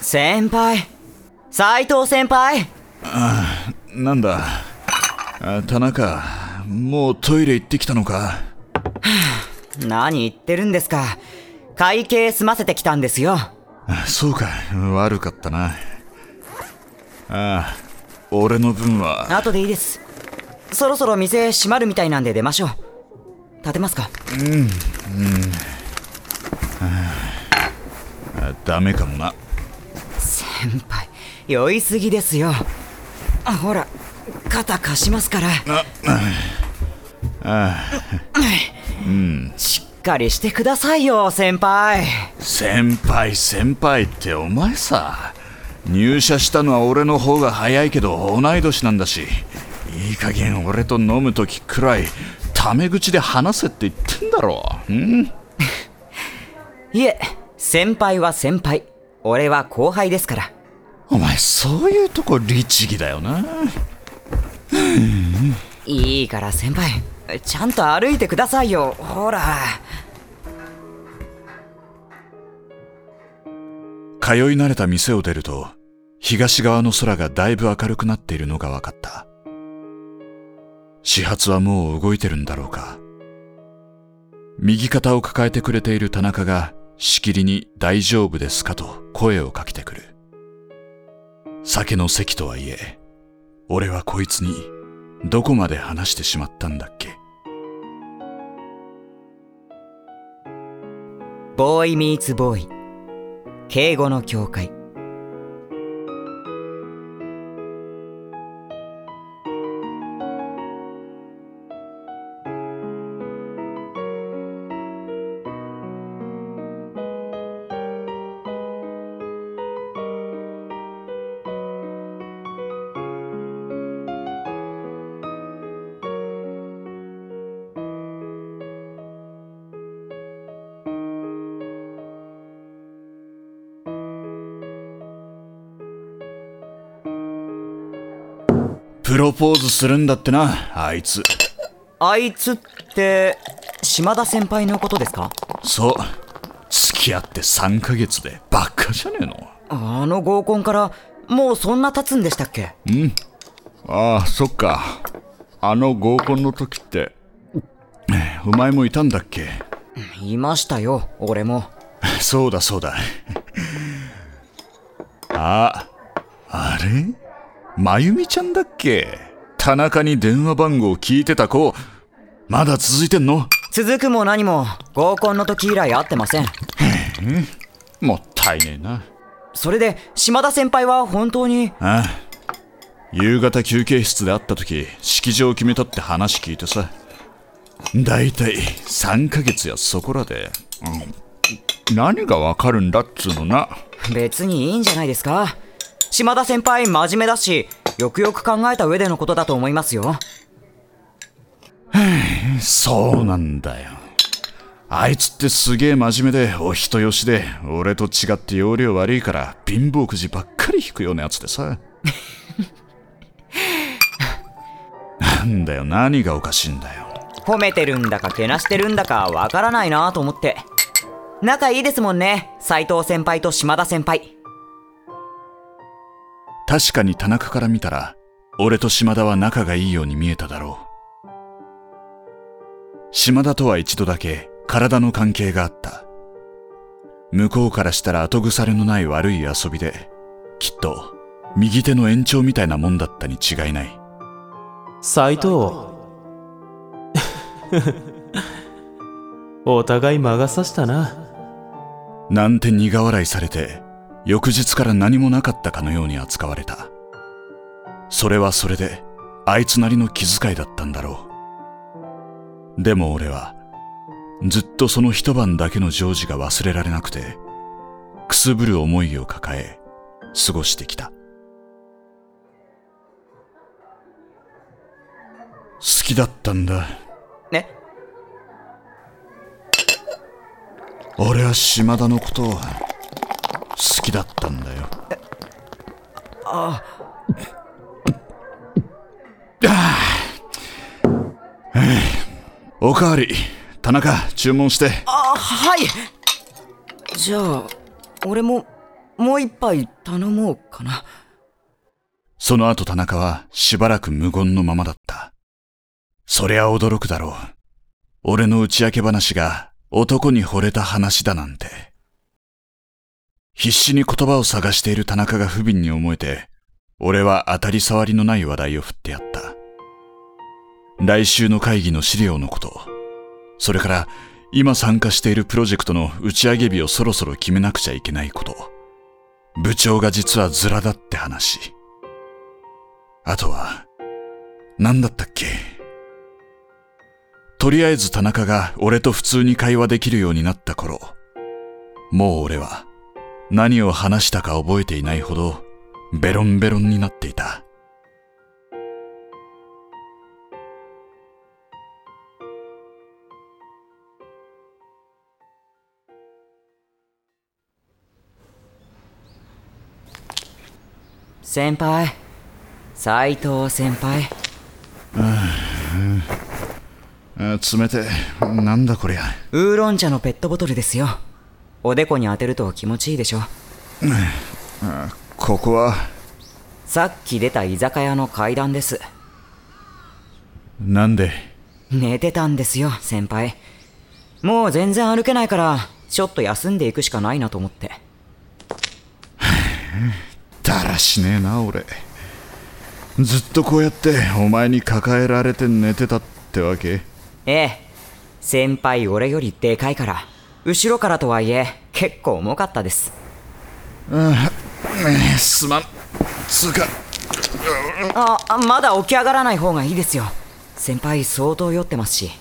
先輩、斉藤先輩。 なんだ、田中、もうトイレ行ってきたのか？ 何言ってるんですか。会計済ませてきたんですよ。 そうか、悪かったな。俺の分は後でいいです。そろそろ店閉まるみたいなんで出ましょう。立てますか？ ダメかもな。 先輩、酔いすぎですよ。ほら、肩貸しますから。しっかりしてくださいよ、先輩。 先輩ってお前さ、入社したのは俺の方が早いけど同い年なんだし、いい加減俺と飲むときくらいタメ口で話せって言ってんだろ。 いえ、先輩は先輩、俺は後輩ですから。 お前そういうとこ律儀だよな。 いいから先輩、ちゃんと歩いてくださいよ。ほら。 通い慣れた店を出ると、東側の空がだいぶ明るくなっているのが分かった。始発はもう動いてるんだろうか。右肩を抱えてくれている田中がしきりに大丈夫ですかと声をかけてくる。酒の席とはいえ、俺はこいつにどこまで話してしまったんだっけ。 ボーイミーツボーイ、敬語の境界。 プロポーズするんだってな、あいつ。 あいつって島田先輩のことですか？ そう、付き合って3ヶ月でバカじゃねえの。 あの合コンからもうそんな経つんでしたっけ？ そっか。あの合コンの時ってお前もいたんだっけ？ いましたよ、俺も。 そうだあれまゆみちゃんだっけ？田中に電話番号聞いてた子、まだ続いてんの？ 続くも何も合コンの時以来会ってません。 もったいねえな。 それで島田先輩は本当に？ 夕方休憩室で会った時、式場を決めたって話聞いてさ。だいたい3ヶ月やそこらで、何がわかるんだっつうのな。 別にいいんじゃないですか。島田先輩真面目だし、よくよく考えた上でのことだと思いますよ。 そうなんだよ。あいつってすげえ真面目でお人よしで、俺と違って容量悪いから貧乏くじばっかり引くようなやつでさ。なんだよ、何がおかしいんだよ。 褒めてるんだかけなしてるんだかわからないなと思って。仲いいですもんね、斉藤先輩と島田先輩。 確かに田中から見たら、俺と島田は仲がいいように見えただろう。島田とは一度だけ体の関係があった。向こうからしたら後腐れのない悪い遊びで、きっと右手の延長みたいなもんだったに違いない。 斉藤お互い魔が差したな。 なんて苦笑いされて、翌日から何もなかったかのように扱われた。それはそれであいつなりの気遣いだったんだろう。でも俺はずっとその一晩だけの常時が忘れられなくて、くすぶる思いを抱え過ごしてきた。好きだったんだ。 ね？ 俺は島田のことを好きだったんだよ。おかわり、田中注文して。 はい。じゃあ俺ももう一杯頼もうかな。 その後田中はしばらく無言のままだった。そりゃ驚くだろう。俺の打ち明け話が男に惚れた話だなんて。必死に言葉を探している田中が不憫に思えて、俺は当たり障りのない話題を振ってやった。来週の会議の資料のこと、それから今参加しているプロジェクトの打ち上げ日をそろそろ決めなくちゃいけないこと、部長が実はズラだって話。あとは、何だったっけ。とりあえず田中が俺と普通に会話できるようになった頃、もう俺は何を話したか覚えていないほどベロンベロンになっていた。 先輩、斉藤先輩。 冷て、なんだこりゃ。 ウーロン茶のペットボトルですよ。おでこに当てると気持ちいいでしょ。 ここは。 さっき出た居酒屋の階段です。 なんで？ 寝てたんですよ、先輩。もう全然歩けないからちょっと休んでいくしかないなと思って。 だらしねえな俺。ずっとこうやってお前に抱えられて寝てたってわけ？ ええ、先輩俺よりでかいから、後ろからとはいえ結構重かったです。 すまん。つうか、 まだ起き上がらない方がいいですよ。先輩相当酔ってますし。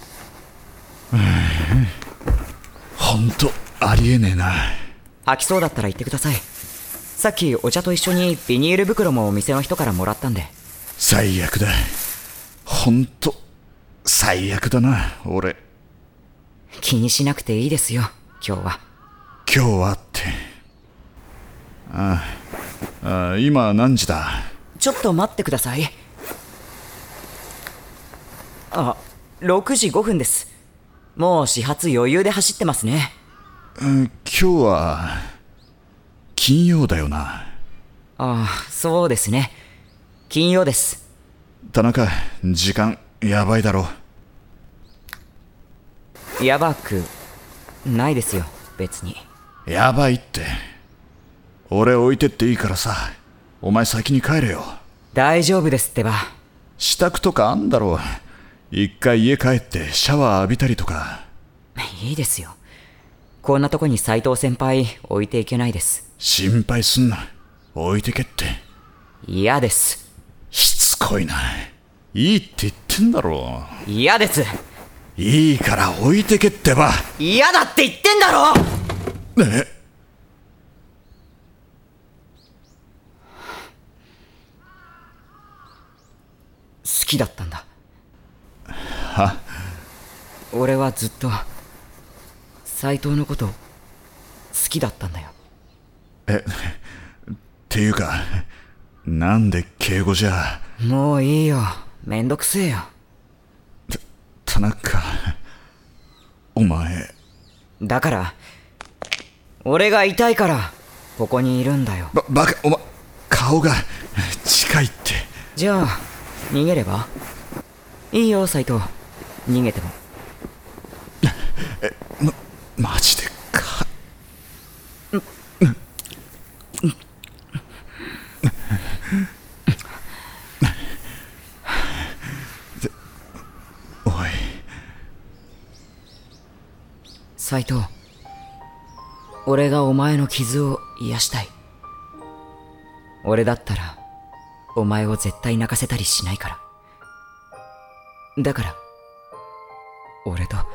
ほんとありえねえな。 吐きそうだったら言ってください。さっきお茶と一緒にビニール袋もお店の人からもらったんで。 最悪だ。ほんと最悪だな俺。 気にしなくていいですよ、今日は。 今日はって。今何時だ？ ちょっと待ってください。6時5分です。もう始発余裕で走ってますね。 今日は金曜だよな。 そうですね。金曜です。 田中、時間やばいだろ。 やばくないですよ、別に。 やばいって。俺置いてっていいからさ、お前先に帰れよ。 大丈夫ですってば。 支度とかあんだろう。一回家帰ってシャワー浴びたりとか。 いいですよ。こんなとこに斉藤先輩置いていけないです。 心配すんな。置いてけって。 嫌です。 しつこいな。いいって言ってんだろ。 嫌です。 いいから置いてけってば。 嫌だって言ってんだろ。好きだったんだ。 は？ 俺はずっと斉藤のこと好きだったんだよ。 っていうか、なんで敬語じゃ。 もういいよ、めんどくせえよ。 田中、お前。 だから俺が痛いからここにいるんだよ。 バカ、お前顔が近いって。 じゃあ逃げればいいよ、斉藤。逃げても。 マジでか。おい斉藤、俺がお前の傷を癒したい。俺だったらお前を絶対泣かせたりしないから。だから俺と。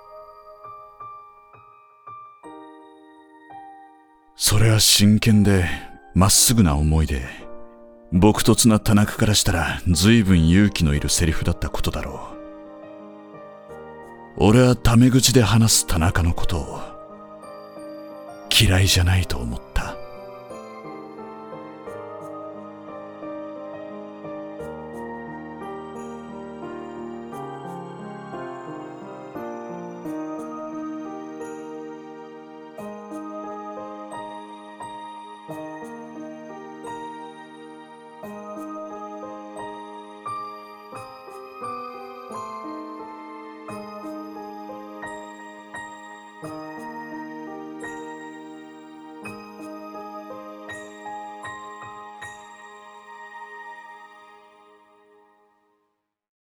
それは真剣でまっすぐな思いで、朴訥な田中からしたら随分勇気のいるセリフだったことだろう。俺はタメ口で話す田中のことを嫌いじゃないと思った。